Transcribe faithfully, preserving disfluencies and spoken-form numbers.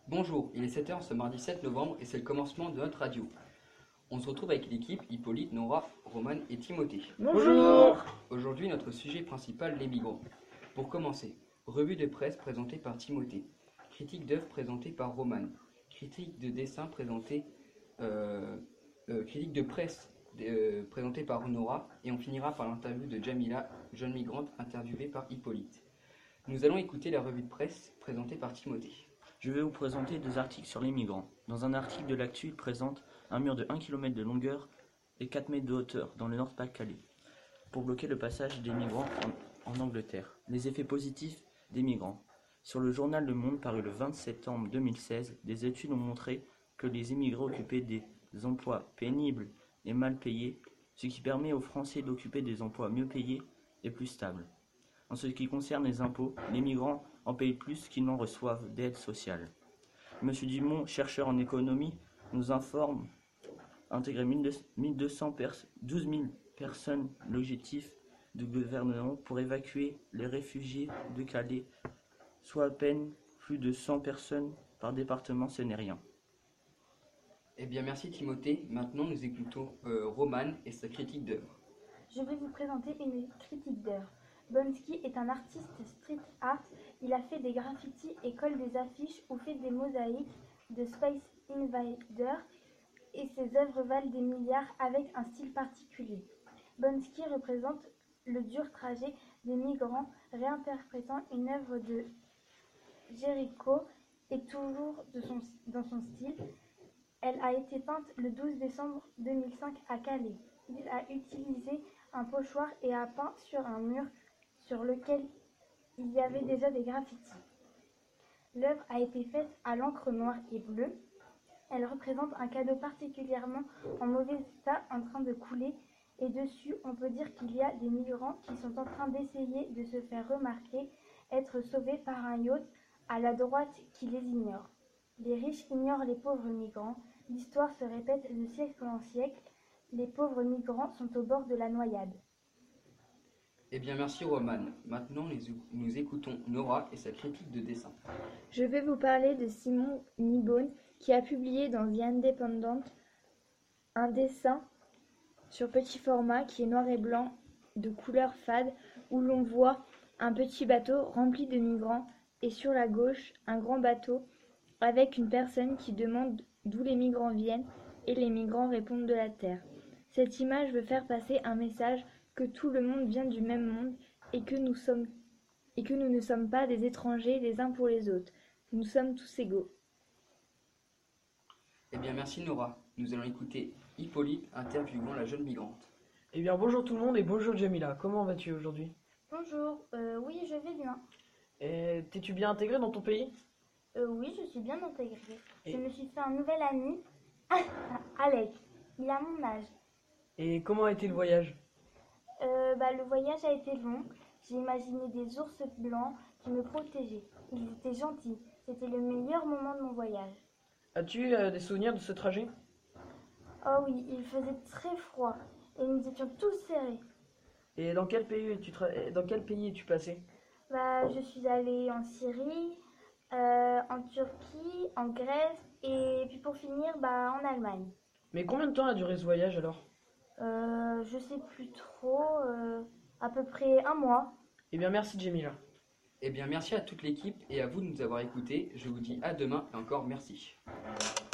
Bonjour, il est sept heures ce mardi sept novembre et c'est le commencement de notre radio. On se retrouve avec l'équipe Hippolyte, Nora, Roman et Timothée. Bonjour. Aujourd'hui, notre sujet principal, les migrants. Pour commencer, revue de presse présentée par Timothée, critique d'œuvre présentée par Roman, critique de dessin présentée, euh, euh, critique de presse euh, présentée par Nora, et on finira par l'interview de Jamila, jeune migrante interviewée par Hippolyte. Nous allons écouter la revue de presse présentée par Timothée. Je vais vous présenter deux articles sur les migrants. Dans un article de l'actu, il présente un mur de un kilomètre de longueur et quatre mètres de hauteur dans le Nord-Pas-de-Calais pour bloquer le passage des migrants en, en Angleterre. Les effets positifs des migrants. Sur le journal Le Monde paru le vingt septembre deux mille seize, des études ont montré que les immigrés occupaient des emplois pénibles et mal payés, ce qui permet aux Français d'occuper des emplois mieux payés et plus stables. En ce qui concerne les impôts, les migrants en payent plus qu'ils n'en reçoivent d'aide sociale. Monsieur Dumont, chercheur en économie, nous informe intégrer mille deux cents pers- douze mille personnes l'objectif du gouvernement pour évacuer les réfugiés de Calais, soit à peine plus de cent personnes par département, ce n'est rien. Eh bien, merci Timothée. Maintenant, nous écoutons euh, Roman et sa critique d'œuvre. Je vais vous présenter une critique d'œuvre. Bonsky est un artiste street art. Il a fait des graffitis et colle des affiches ou fait des mosaïques de Space Invader et ses œuvres valent des milliards avec un style particulier. Bonsky représente le dur trajet des migrants réinterprétant une œuvre de Géricault et toujours de son, dans son style. Elle a été peinte le douze décembre deux mille cinq à Calais. Il a utilisé un pochoir et a peint sur un mur sur lequel il y avait déjà des graffitis. L'œuvre a été faite à l'encre noire et bleue. Elle représente un cadeau particulièrement en mauvais état en train de couler et dessus on peut dire qu'il y a des migrants qui sont en train d'essayer de se faire remarquer, être sauvés par un yacht à la droite qui les ignore. Les riches ignorent les pauvres migrants. L'histoire se répète de siècle en siècle. Les pauvres migrants sont au bord de la noyade. Eh bien, merci Roman. Maintenant, nous, nous écoutons Nora et sa critique de dessin. Je vais vous parler de Simon Nibone qui a publié dans The Independent un dessin sur petit format qui est noir et blanc de couleur fade où l'on voit un petit bateau rempli de migrants et sur la gauche un grand bateau avec une personne qui demande d'où les migrants viennent et les migrants répondent de la terre. Cette image veut faire passer un message que tout le monde vient du même monde et que nous sommes et que nous ne sommes pas des étrangers les uns pour les autres. Nous sommes tous égaux. Eh bien, merci Nora. Nous allons écouter Hippolyte interviewant la jeune migrante. Eh bien, bonjour tout le monde et bonjour Jamila. Comment vas-tu aujourd'hui? Bonjour, euh, oui je vais bien. Et t'es-tu bien intégré dans ton pays? Euh, oui je suis bien intégrée. Et- Je me suis fait un nouvel ami, Alec. Il a mon âge. Et comment a été le voyage? Euh, bah, le voyage a été long. J'ai imaginé des ours blancs qui me protégeaient. Ils étaient gentils. C'était le meilleur moment de mon voyage. As-tu euh, des souvenirs de ce trajet? Oh oui, il faisait très froid et nous étions tous serrés. Et dans quel pays es-tu, tra- dans quel pays es-tu passé? Bah, je suis allée en Syrie, euh, en Turquie, en Grèce et puis pour finir, bah, en Allemagne. Mais combien de temps a duré ce voyage alors? Euh, je sais plus trop, euh, à peu près un mois. Eh bien, merci Jamila. Eh bien, merci à toute l'équipe et à vous de nous avoir écoutés. Je vous dis à demain et encore merci.